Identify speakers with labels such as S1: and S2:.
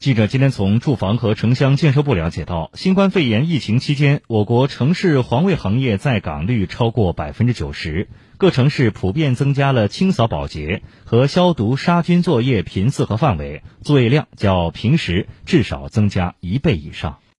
S1: 记者今天从住房和城乡建设部了解到，新冠肺炎疫情期间，我国城市环卫行业在岗率超过90%，各城市普遍增加了清扫保洁和消毒杀菌作业频次和范围，作业量较平时至少增加1倍以上。